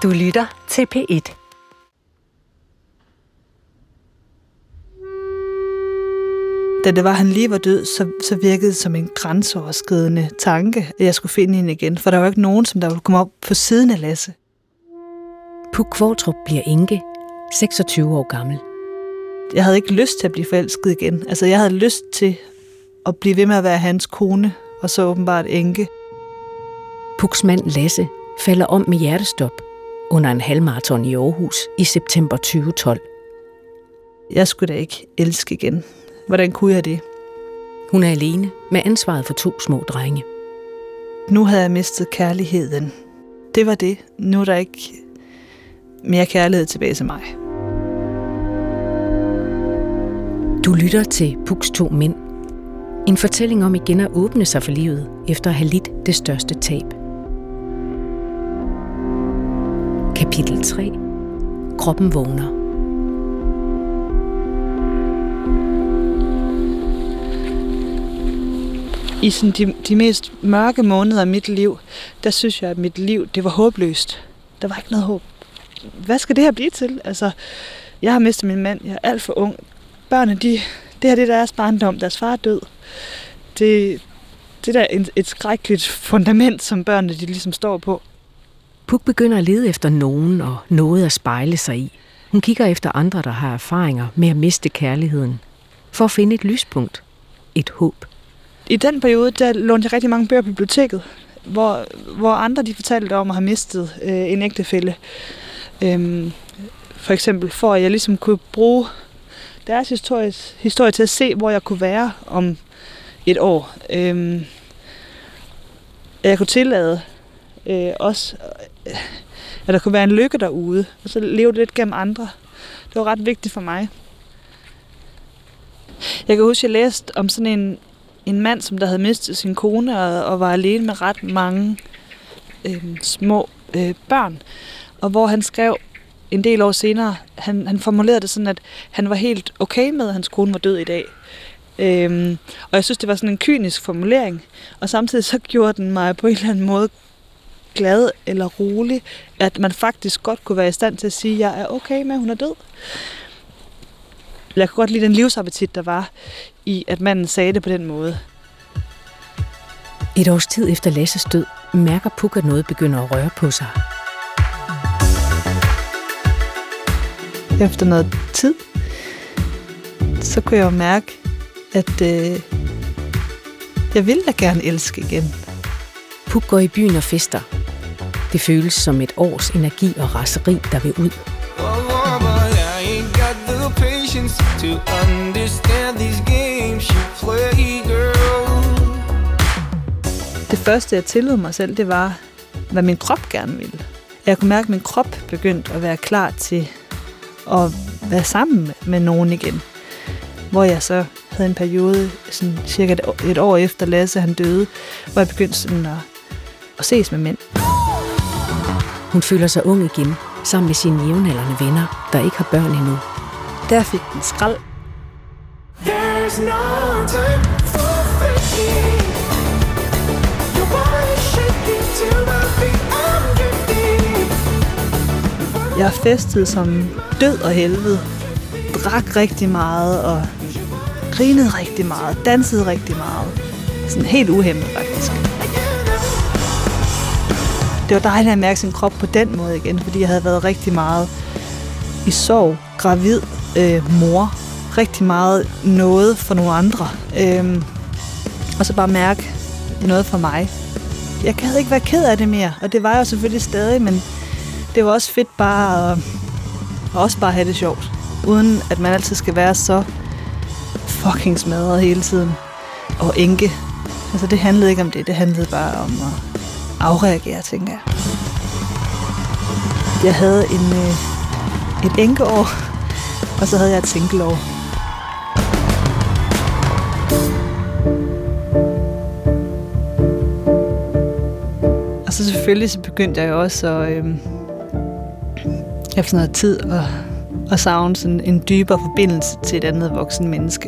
Du lytter til P1. Da det var, han lige var død, så virkede det som en grænseoverskridende tanke, at jeg skulle finde hende igen. For der var jo ikke nogen, som der ville komme op på siden af Lasse. Puk Qvortrup bliver enke, 26 år gammel. Jeg havde ikke lyst til at blive forelsket igen. Altså, jeg havde lyst til at blive ved med at være hans kone, og så åbenbart enke. Puks mand Lasse falder om med hjertestop under en halvmarathon i Aarhus i september 2012. Jeg skulle da ikke elske igen. Hvordan kunne jeg det? Hun er alene med ansvaret for 2 små drenge. Nu havde jeg mistet kærligheden. Det var det. Nu er der ikke mere kærlighed tilbage til mig. Du lytter til Puks 2 mænd. En fortælling om igen at åbne sig for livet efter at have lidt det største tab. Kapitel 3. Kroppen vågner. I sådan de mest mørke måneder af mit liv, der synes jeg, at mit liv, det var håbløst. Der var ikke noget håb. Hvad skal det her blive til? Altså, jeg har mistet min mand. Jeg er alt for ung. Børnene, det her det er deres barndom. Deres far er død. Det der er et skrækkeligt fundament, som børnene de ligesom står på. Puk begynder at lede efter nogen og noget at spejle sig i. Hun kigger efter andre, der har erfaringer med at miste kærligheden. For at finde et lyspunkt. Et håb. I den periode, der lånte jeg rigtig mange bøger på biblioteket, hvor andre de fortalte om at have mistet en ægtefælle. For eksempel for at jeg ligesom kunne bruge deres historie til at se, hvor jeg kunne være om et år. Jeg kunne tillade også, at der kunne være en lykke derude, og så leve lidt gennem andre. Det var ret vigtigt for mig. Jeg kan huske, at jeg læste om sådan en mand, som der havde mistet sin kone og var alene med ret mange små børn. Og hvor han skrev en del år senere, han formulerede det sådan, at han var helt okay med, at hans kone var død i dag. Og jeg synes, det var sådan en kynisk formulering. Og samtidig så gjorde den mig på en eller anden måde glad eller rolig, at man faktisk godt kunne være i stand til at sige, at jeg er okay med, at hun er død. Jeg kunne godt lide den livsappetit, der var i, at manden sagde det på den måde. Et års tid efter Lasses død, mærker Puk, at noget begynder at røre på sig. Efter noget tid, så kunne jeg jo mærke, at jeg ville da gerne elske igen. Puk går i byen og fester. Det føles som et års energi og raseri, der vil ud. Det første, jeg tillod mig selv, det var, hvad min krop gerne ville. Jeg kunne mærke, at min krop begyndte at være klar til at være sammen med nogen igen. Hvor jeg så havde en periode, sådan cirka et år efter Lasse han døde, hvor jeg begyndte sådan at ses med mænd. Hun føler sig ung igen, sammen med sine jævnaldrende venner, der ikke har børn endnu. Der fik den skrald. Jeg festede som død og helvede. Drak rigtig meget og grinede rigtig meget. Dansede rigtig meget. Sådan helt uhæmmet faktisk. Det var dejligt at mærke sin krop på den måde igen, fordi jeg havde været rigtig meget i sorg, gravid, mor. Rigtig meget noget for nogle andre. Og så bare mærke noget for mig. Jeg kan ikke være ked af det mere, og det var jeg selvfølgelig stadig, men det var også fedt bare at have det sjovt. Uden at man altid skal være så fucking smadret hele tiden. Og enke. Altså det handlede ikke om det, det handlede bare om at afreagere, tænker jeg. Jeg havde et enkeår, og så havde jeg et singleår. Og så selvfølgelig så begyndte jeg jo også efter noget tid at savne sådan en dybere forbindelse til et andet voksen menneske.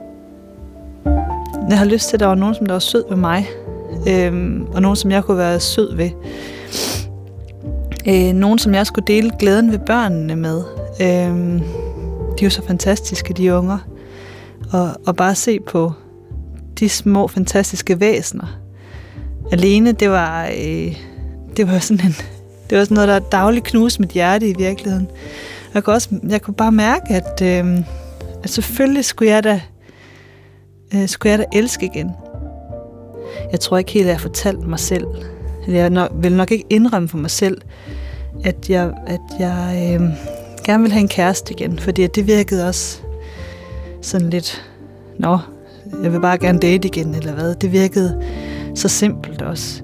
Jeg har lyst til, at der var nogen, som der var sød ved mig, og nogen, som jeg kunne være sød ved. Nogen, som jeg skulle dele glæden ved børnene med. De er jo så fantastiske, de unger. Og bare se på de små, fantastiske væsener. Alene, det var sådan noget, der dagligt knuste mit hjerte i virkeligheden. Jeg kunne bare mærke, at selvfølgelig skulle jeg da elske igen. Jeg tror ikke helt, at jeg har fortalt mig selv. Jeg vil nok ikke indrømme for mig selv, at jeg gerne vil have en kæreste igen. Fordi det virkede også sådan lidt, jeg vil bare gerne date igen, eller hvad. Det virkede så simpelt også.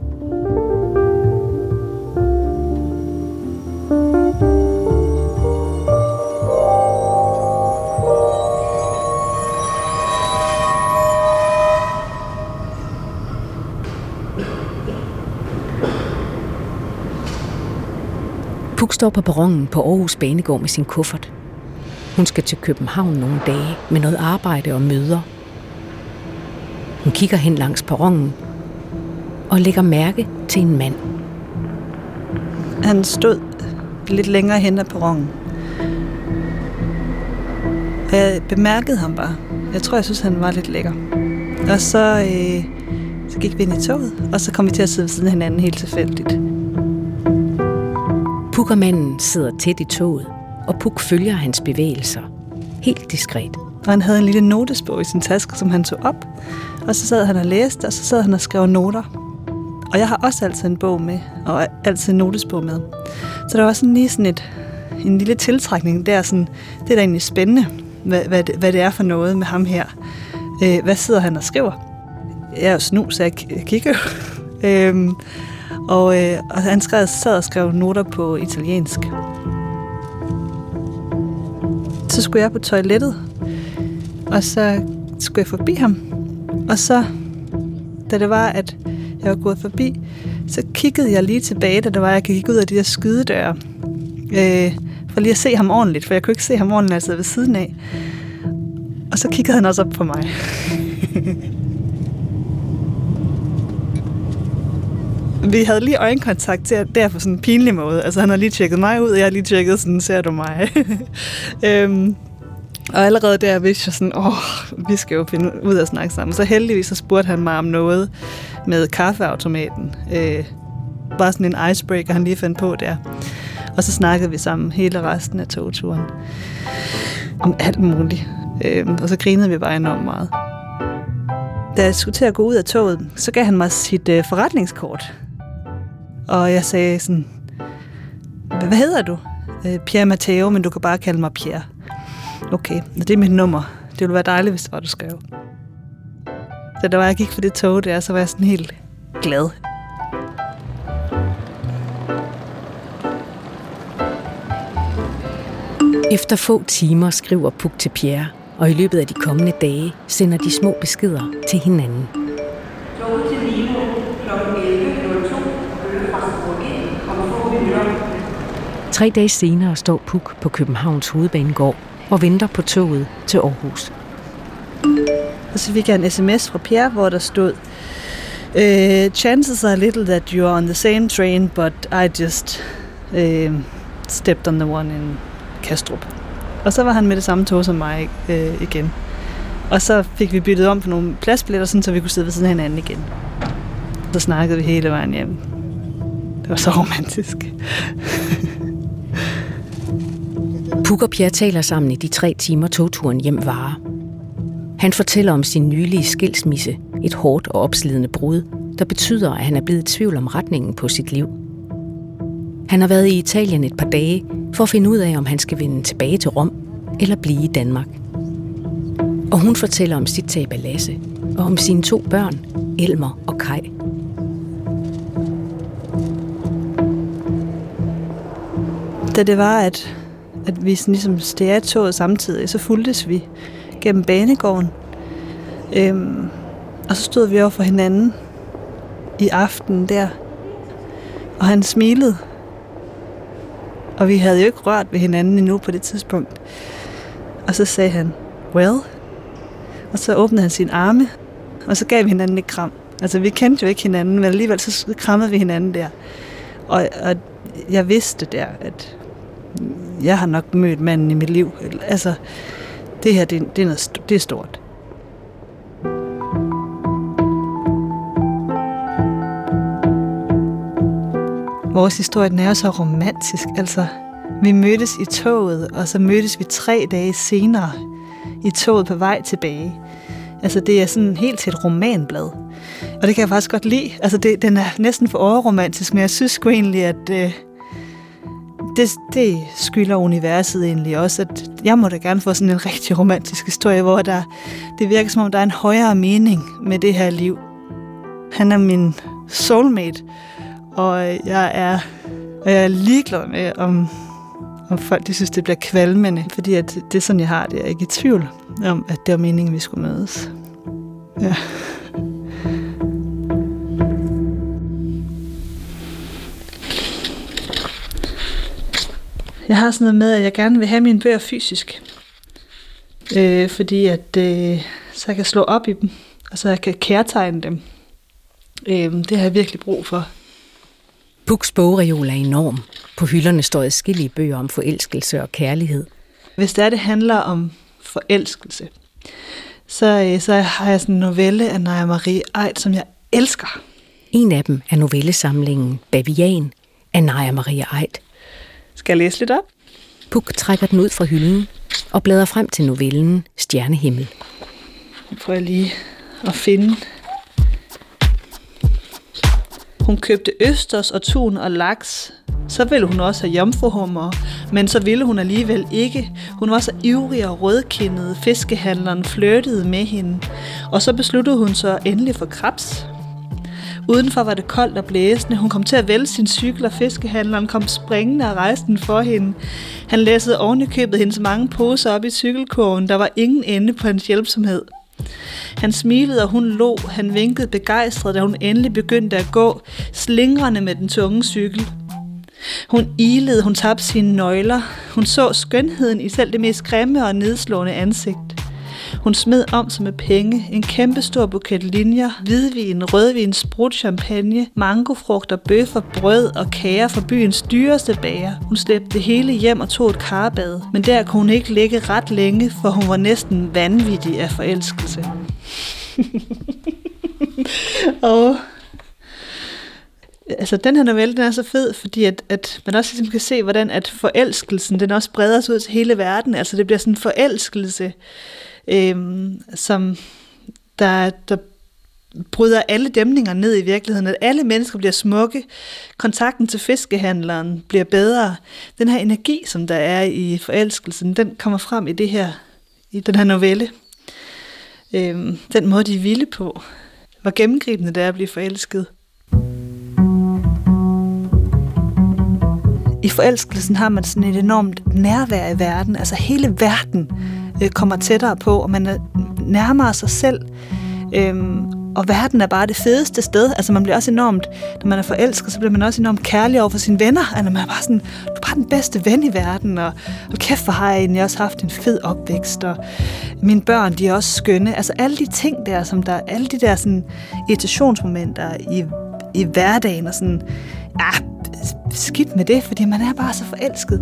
Puk står på perronen på Aarhus Banegård med sin kuffert. Hun skal til København nogle dage med noget arbejde og møder. Hun kigger hen langs perronen og lægger mærke til en mand. Han stod lidt længere hen ad perronen. Jeg bemærkede ham bare. Jeg synes, han var lidt lækker. Og så gik vi ind i toget, og så kom vi til at sidde ved siden af hinanden helt tilfældigt. Puk og manden sidder tæt i toget, og Puk følger hans bevægelser. Helt diskret. Og han havde en lille notesbog i sin taske, som han tog op. Og så sad han og læste, og så sad han og skrev noter. Og jeg har også altid en bog med, og altid en notesbog med. Så der var sådan lige sådan en lille tiltrækning der. Sådan, det er da egentlig spændende, hvad det er for noget med ham her. Hvad sidder han og skriver? Jeg er jo snu, så jeg kigger jo. Og han sad og skrev noter på italiensk. Så skulle jeg på toilettet, og så skulle jeg forbi ham. Og så, da det var, at jeg var gået forbi, så kiggede jeg lige tilbage, da det var, at jeg gik ud af de der skydedøre. For lige at se ham ordentligt, for jeg kunne ikke se ham ordentligt, når jeg sad ved siden af. Og så kiggede han også op på mig. Vi havde lige øjenkontakt der på sådan en pinlig måde. Altså han har lige tjekket mig ud, og jeg har lige tjekket sådan, ser du mig? Og allerede der vidste jeg sådan, vi skal jo finde ud af at snakke sammen. Så heldigvis så spurgte han mig om noget med kaffeautomaten. Bare sådan en icebreaker, han lige fandt på der. Og så snakkede vi sammen hele resten af togturen. Om alt muligt. Og så grinede vi bare enormt meget. Da jeg skulle til at gå ud af toget, så gav han mig sit forretningskort. Og jeg sagde sådan, hvad hedder du? Pierre Matteo, men du kan bare kalde mig Pierre. Okay, det er mit nummer. Det ville være dejligt, hvis det var, du skrev. Så da jeg gik for det tog der, så var jeg sådan helt glad. Efter få timer skriver Puk til Pierre, og i løbet af de kommende dage sender de små beskeder til hinanden. Toget til Limo kl. 11.02 fra Strugen om få minutter. 3 dage senere står Puk på Københavns Hovedbanegård og venter på toget til Aarhus. Og så fik jeg en sms fra Pierre, hvor der stod, chances are little that you are on the same train, but I just stepped on the one in Kastrup. Og så var han med det samme tog som mig igen. Og så fik vi byttet om på nogle pladsbilletter, sådan, så vi kunne sidde ved siden af hinanden igen. Så snakkede vi hele vejen hjem. Det var så romantisk. Puk og Pierre taler sammen i de 3 timer togturen hjem varer. Han fortæller om sin nylige skilsmisse, et hårdt og opslidende brud, der betyder, at han er blevet i tvivl om retningen på sit liv. Han har været i Italien et par dage for at finde ud af, om han skal vende tilbage til Rom eller blive i Danmark. Og hun fortæller om sit tab af Lasse og om sine 2 børn, Elmer og Kai. Da det var, at vi sådan ligesom steg af toget samtidig, så fulgtes vi gennem banegården. Og så stod vi over for hinanden i aftenen der. Og han smilede. Og vi havde jo ikke rørt ved hinanden endnu på det tidspunkt. Og så sagde han, well. Og så åbnede han sine arme, og så gav vi hinanden et kram. Altså vi kendte jo ikke hinanden, men alligevel så krammede vi hinanden der. Og jeg vidste der, at jeg har nok mødt manden i mit liv. Altså, det her, det er stort. Vores historie, den er jo så romantisk. Altså, vi mødtes i toget, og så mødtes vi 3 dage senere i toget på vej tilbage. Altså, det er sådan helt til et romanblad. Og det kan jeg faktisk godt lide. Altså, den er næsten for overromantisk, men jeg synes sgu egentlig, at det skylder universet egentlig også, at jeg må da gerne få sådan en rigtig romantisk historie, hvor det virker som om, der er en højere mening med det her liv. Han er min soulmate, og jeg er ligeglad med, om folk de synes, det bliver kvalmende, fordi at det er sådan, jeg har det. Jeg er ikke i tvivl om, at det var meningen, vi skulle mødes. Ja. Jeg har sådan noget med, at jeg gerne vil have mine bøger fysisk. Fordi at så jeg kan slå op i dem, og så jeg kan kærtegne dem. Det har jeg virkelig brug for. Puks bogreol er enorm. På hylderne står adskillige bøger om forelskelse og kærlighed. Hvis det handler om forelskelse, så har jeg sådan en novelle af Naja Marie Aidt, som jeg elsker. En af dem er novellesamlingen Bavian af Naja Marie Aidt. Skal jeg læse lidt op? Puk trækker den ud fra hylden og bladrer frem til novellen Stjernehimmel. Nu prøver jeg lige at finde. Hun købte østers og tun og laks. Så ville hun også have jomfruhummer, men så ville hun alligevel ikke. Hun var så ivrig og rødkindet. Fiskehandleren flirtede med hende, og så besluttede hun så endelig for krebs. Udenfor var det koldt og blæsende. Hun kom til at vælge sin cykel, og fiskehandleren kom springende og rejste den for hende. Han læssede oven i købet hendes mange poser op i cykelkurven. Der var ingen ende på hans hjælpsomhed. Han smilede, og hun lå. Han vinkede begejstret, da hun endelig begyndte at gå, slingrende med den tunge cykel. Hun ilede, hun tabte sine nøgler. Hun så skønheden i selv det mest grimme og nedslående ansigt. Hun smed om sig med penge, en kæmpestor buket linjer, hvidvin, rødvin, sprut, champagne, mangofrugter, bøffer, brød og kager fra byens dyreste bager. Hun slæbte det hele hjem og tog et karbad, men der kunne hun ikke ligge ret længe, for hun var næsten vanvittig af forelskelse. Og altså, den her novelle, den er så fed, fordi at man også ligesom kan se, hvordan at forelskelsen, den også breder sig ud til hele verden. Altså, det bliver sådan en forelskelse, som der bryder alle dæmninger ned i virkeligheden, at alle mennesker bliver smukke, kontakten til fiskehandleren bliver bedre. Den her energi, som der er i forelskelsen, den kommer frem i den her novelle. Den måde, de er vilde på, hvor gennemgribende det er at blive forelsket. I forelskelsen har man sådan et enormt nærvær i verden, altså hele verden kommer tættere på, og man nærmer sig selv, og verden er bare det fedeste sted. Altså man bliver også enormt, når man er forelsket, så bliver man også enormt kærlig over for sine venner. Altså man er bare sådan, du er bare den bedste ven i verden, og kæft, hvor har jeg egentlig også haft en fed opvækst, og mine børn, de er også skønne. Altså alle de ting der, alle de der sådan irritationsmomenter i hverdagen, og sådan, skidt med det, fordi man er bare så forelsket.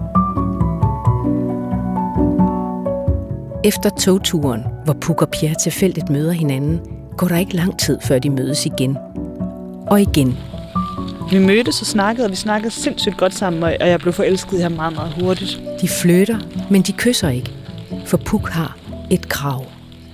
Efter togturen, hvor Puk og Pierre tilfældigt møder hinanden, går der ikke lang tid, før de mødes igen. Og igen. Vi mødtes og snakkede, og vi snakkede sindssygt godt sammen, og jeg blev forelsket i ham meget, meget hurtigt. De flytter, men de kysser ikke, for Puk har et krav.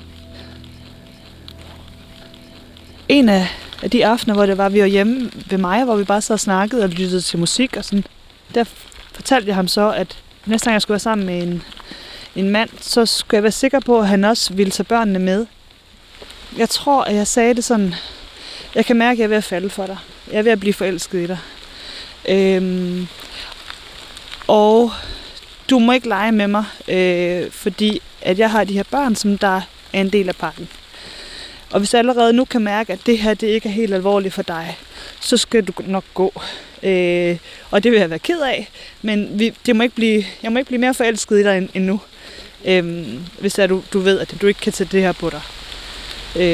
En af de aftener, hvor vi var hjemme ved mig, hvor vi bare så snakkede og lyttede til musik, og sådan, der fortalte jeg ham så, at næste gang jeg skulle være sammen med en mand, så skulle jeg være sikker på, at han også ville tage børnene med. Jeg tror, at jeg sagde det sådan, jeg kan mærke, at jeg er ved at falde for dig. Jeg er ved at blive forelsket i dig. Og du må ikke lege med mig, fordi at jeg har de her børn, som der er en del af pakken. Og hvis jeg allerede nu kan mærke, at det her det ikke er helt alvorligt for dig, så skal du nok gå. Og det vil jeg være ked af, men jeg må ikke blive mere forelsket i dig end nu. Hvis du ved, at du ikke kan tage det her på dig.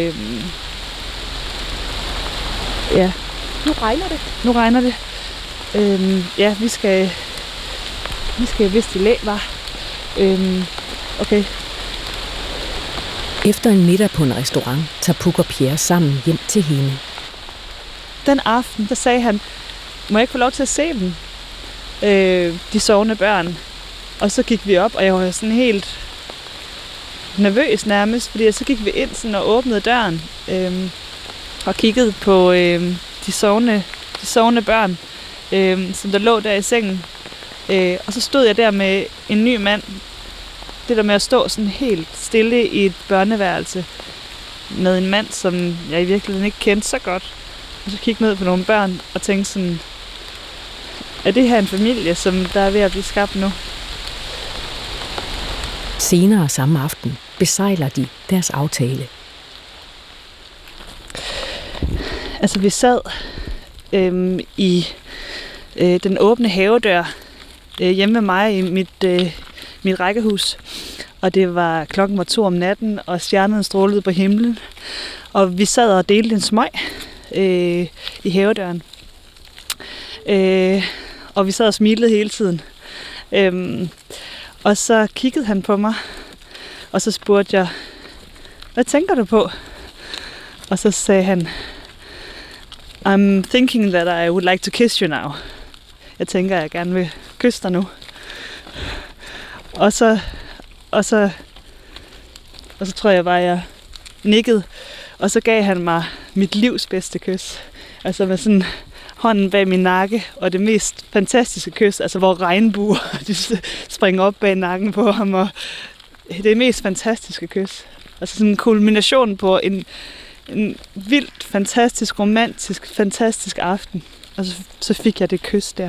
Ja. Nu regner det. Nu regner det. Ja, vi skal vist i læ, var. Okay. Efter en middag på en restaurant tager Puk og Pierre sammen hjem til hende. Den aften, der sagde han, må jeg ikke få lov til at se dem? De sovende børn. Og så gik vi op, og jeg var sådan helt nervøs nærmest, fordi så gik vi ind sådan og åbnede døren og kiggede på de sovende børn, som der lå der i sengen. Og så stod jeg der med en ny mand. Det der med at stå sådan helt stille i et børneværelse med en mand, som jeg i virkeligheden ikke kendte så godt. Og så kiggede ned på nogle børn og tænkte sådan, er det her en familie, som der er ved at blive skabt nu? Senere samme aften besejler de deres aftale. Altså vi sad i den åbne havedør hjemme med mig i mit rækkehus. Og klokken var 2 om natten, og stjernerne strålede på himlen. Og vi sad og delte en smøg i havedøren. Og vi sad og smilede hele tiden. Og så kiggede han på mig, og så spurgte jeg, hvad tænker du på? Og så sagde han, I'm thinking that I would like to kiss you now. Jeg tænker, at jeg gerne vil kysse dig nu. Og så tror jeg bare, jeg nikkede, og så gav han mig mit livs bedste kys. Altså med sådan hånden bag min nakke, og det mest fantastiske kys, altså hvor regnbuer de springer op bag nakken på ham, og det mest fantastiske kys. Altså sådan en kulmination på en vildt, fantastisk, romantisk, fantastisk aften. Og så fik jeg det kys der.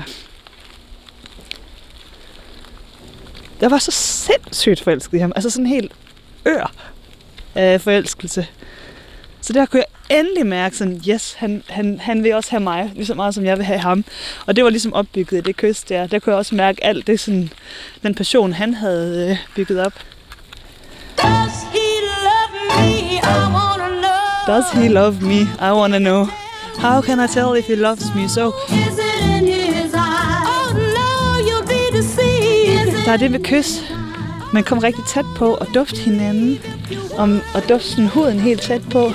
Jeg var så sindssygt forelsket i ham. Altså sådan helt af forelskelse. Så der kunne jeg endelig mærke sådan, yes, han vil også have mig, lige så meget som jeg vil have ham. Og det var ligesom opbygget i det kys der. Der kunne jeg også mærke alt det sådan, den passion, han havde bygget op. Does he love me? I wanna know. Does he love me? I wanna know. How can I tell if he loves me so? Is it in his eyes? Oh no, you'll be deceived. Der er det ved kys. Man kom rigtig tæt på og dufte hinanden. Og dufte sådan huden helt tæt på.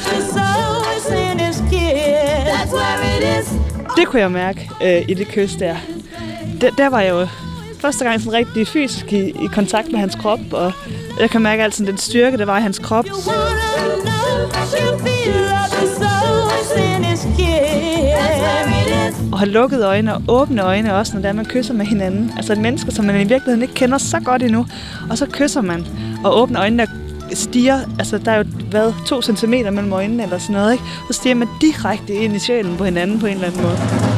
Det kunne jeg mærke i det kys der. Der var jeg jo første gang sådan rigtig fysisk i kontakt med hans krop. Og jeg kan mærke alt sådan den styrke, der var i hans krop. Og have lukkede øjne og åbne øjne også, når man kysser med hinanden. Altså et menneske, som man i virkeligheden ikke kender så godt endnu. Og så kysser man og åbner øjnene og stiger. Altså der er jo været 2 centimeter mellem øjnene eller sådan noget, ikke? Så stiger man direkte ind i sjælen på hinanden på en eller anden måde.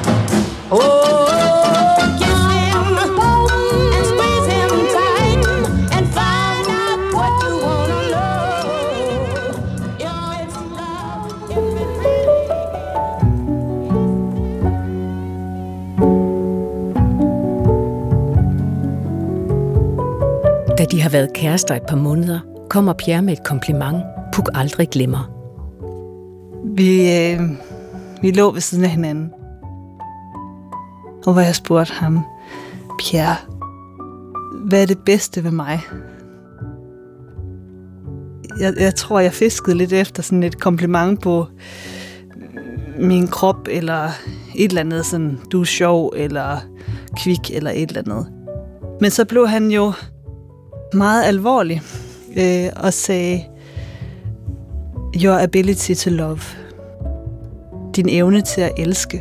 Da de har været kærester et par måneder, kommer Pierre med et kompliment, Puk aldrig glemmer. Vi lå ved siden af hinanden. Og hvor jeg spurgte ham, Pierre, hvad er det bedste ved mig? Jeg tror, jeg fiskede lidt efter sådan et kompliment på min krop, eller et eller andet sådan, du er sjov, eller kvik, eller et eller andet. Men så blev han jo meget alvorlig og sagde, your ability to love. Din evne til at elske.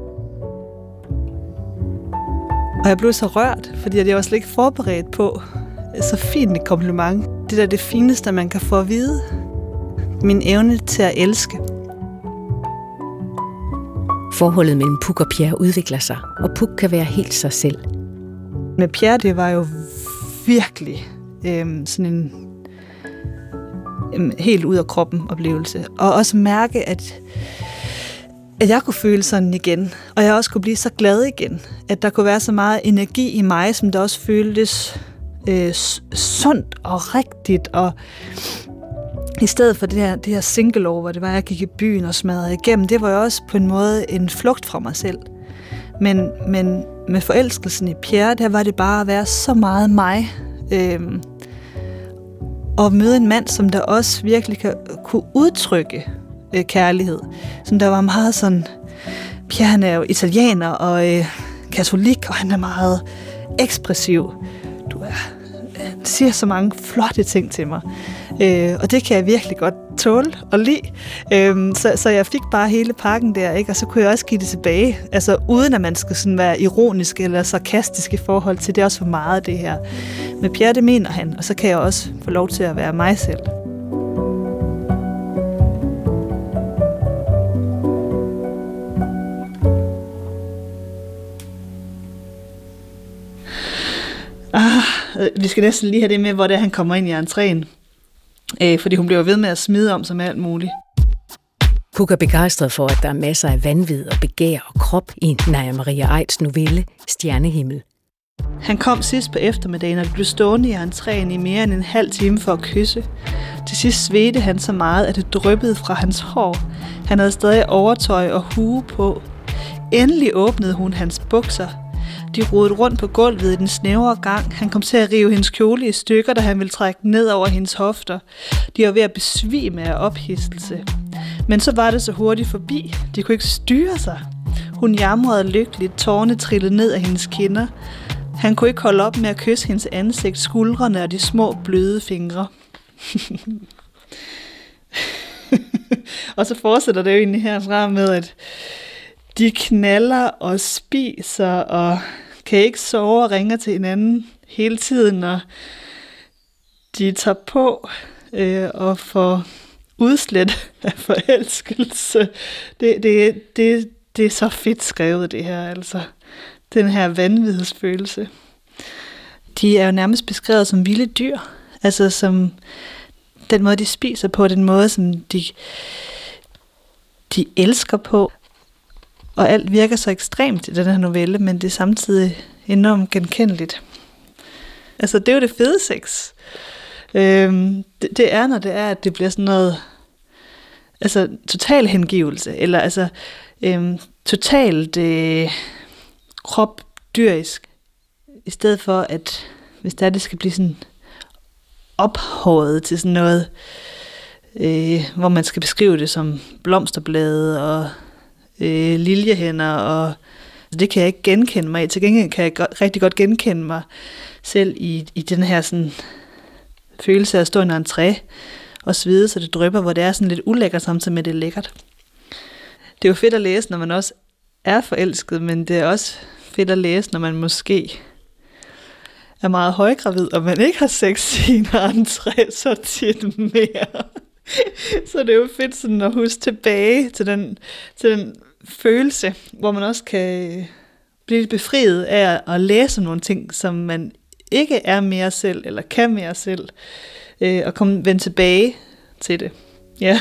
Og jeg blev så rørt, fordi jeg var slet ikke forberedt på så fint et kompliment. Det er det fineste, man kan få at vide. Min evne til at elske. Forholdet mellem Puk og Pierre udvikler sig, og Puk kan være helt sig selv. Med Pierre, det var jo virkelig sådan en helt ud af kroppen oplevelse. Og også mærke, at jeg kunne føle sådan igen. Og jeg også kunne blive så glad igen. At der kunne være så meget energi i mig, som der også føltes sundt og rigtigt. Og i stedet for det her single år, hvor det var, jeg gik i byen og smadrede igennem, det var jo også på en måde en flugt fra mig selv. Men med forelskelsen i Pierre, der var det bare at være så meget mig. Og møde en mand, som der også virkelig kunne udtrykke kærlighed. Som der var meget sådan... Pierre, han er jo italiener og katolik, og han er meget ekspressiv. Han siger så mange flotte ting til mig. Og det kan jeg virkelig godt tåle og lide. Så jeg fik bare hele pakken der, ikke? Og så kunne jeg også give det tilbage. Altså uden at man skal sådan være ironisk eller sarkastisk i forhold til det. Er også for meget det her. Men Pierre, det mener han, og så kan jeg også få lov til at være mig selv. Vi skal næsten lige have det med, hvor det er, han kommer ind i entréen. Fordi hun bliver ved med at smide om som alt muligt. Puk er begejstret for, at der er masser af vanvid og begær og krop i Naja Maria Aidts novelle Stjernehimmel. Han kom sidst på eftermiddagen, og blev stående i entréen i mere end en halv time for at kysse. Til sidst svedte han så meget, at det dryppede fra hans hår. Han havde stadig overtøj og hue på. Endelig åbnede hun hans bukser. De rodede rundt på gulvet i den snævre gang. Han kom til at rive hendes kjole i stykker, da han ville trække ned over hendes hofter. De var ved at besvime af ophidselse. Men så var det så hurtigt forbi. De kunne ikke styre sig. Hun jamrede lykkeligt, tårerne trillede ned af hendes kinder. Han kunne ikke holde op med at kysse hendes ansigt, skuldrene og de små bløde fingre. Og så fortsætter det jo egentlig herfra med, at de knaller og spiser og kan ikke sove og ringer til hinanden hele tiden, og de tager på og får udslet af forelskelse. Det er så fedt skrevet, det her, altså. Den her vanvidsfølelse. De er jo nærmest beskrevet som vilde dyr. Altså som den måde, de spiser på, den måde, som de elsker på. Og alt virker så ekstremt i den her novelle, men det er samtidig enormt genkendeligt. Altså, det er jo det fede sex. Det er, når det er, at det bliver sådan noget... Altså, total hengivelse. Eller altså, totalt kropdyrisk. I stedet for, at hvis det skal blive sådan ophøjet til sådan noget, hvor man skal beskrive det som blomsterblade og liljehænder, og det kan jeg ikke genkende mig i. Til gengæld kan jeg rigtig godt genkende mig selv i den her sådan følelse af at stå i en entré og svede, så det drypper, hvor det er sådan lidt ulækkert samtidig med, det er lækkert. Det er jo fedt at læse, når man også er forelsket, men det er også fedt at læse, når man måske er meget højgravid, og man ikke har sex i en entré så tit mere. Så det er jo fedt sådan at huske tilbage til den følelse, hvor man også kan blive befriet af at læse nogle ting, som man ikke er mere selv, eller kan mere selv, og vende tilbage til det. Ja.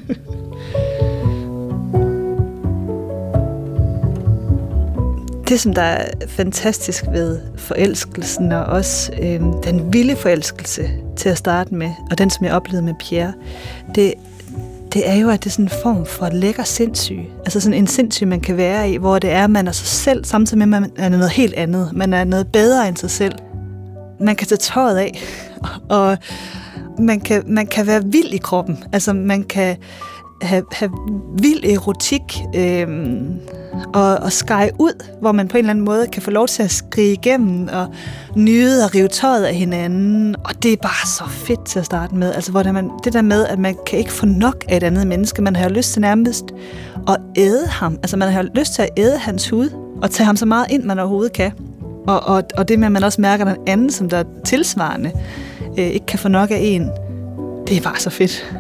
Det, som der er fantastisk ved forelskelsen, og også den vilde forelskelse til at starte med, og den, som jeg oplevede med Pierre, det er jo, at det er sådan en form for lækker sindssyg. Altså sådan en sindssyg, man kan være i, hvor det er, at man er sig selv, samtidig med, at man er noget helt andet. Man er noget bedre end sig selv. Man kan tage tøjet af, og man kan være vild i kroppen. Altså man kan have vild erotik og skære ud, hvor man på en eller anden måde kan få lov til at skrige igennem og nyde og rive tøjet af hinanden. Og det er bare så fedt til at starte med. Altså hvor det der med, at man kan ikke få nok af et andet menneske. Man har lyst til nærmest at æde ham. Altså man har lyst til at æde hans hud og tage ham så meget ind, man overhovedet kan. Og det med, at man også mærker den anden, som der er tilsvarende, ikke kan få nok af en. Det er bare så fedt.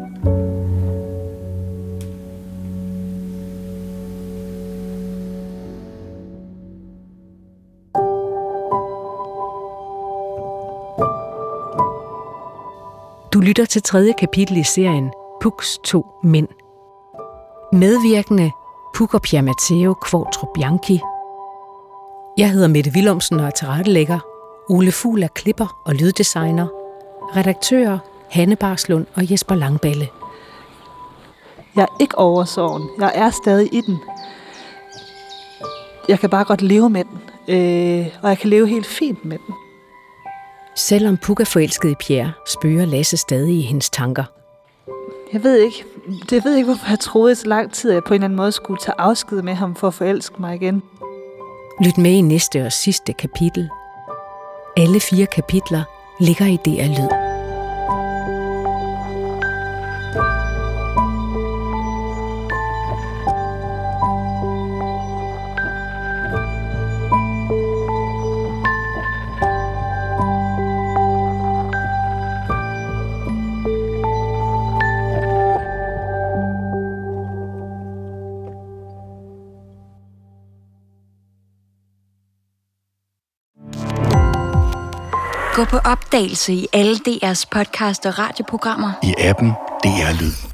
Du lytter til 3. kapitel i serien Puks 2 mænd. Medvirkende Puk og Pierre Matteo Qvortrup Bianchi. Jeg hedder Mette Willumsen og er tilrettelægger. Ole Fugl er klipper og lyddesigner. Redaktører Hanne Barslund og Jesper Langballe. Jeg er ikke over sorgen. Jeg er stadig i den. jeg kan bare godt leve med den. Og jeg kan leve helt fint med den. Selvom Puk er forelsket i Pierre, spøger Lasse stadig i hendes tanker. Jeg ved ikke, hvorfor jeg troede i så lang tid, at jeg på en eller anden måde skulle tage afsked med ham for at forelske mig igen. Lyt med i næste og sidste kapitel. Alle 4 kapitler ligger i DR Lyd. Gå på opdagelse i alle DR's podcast og radioprogrammer. I appen DR Lyd.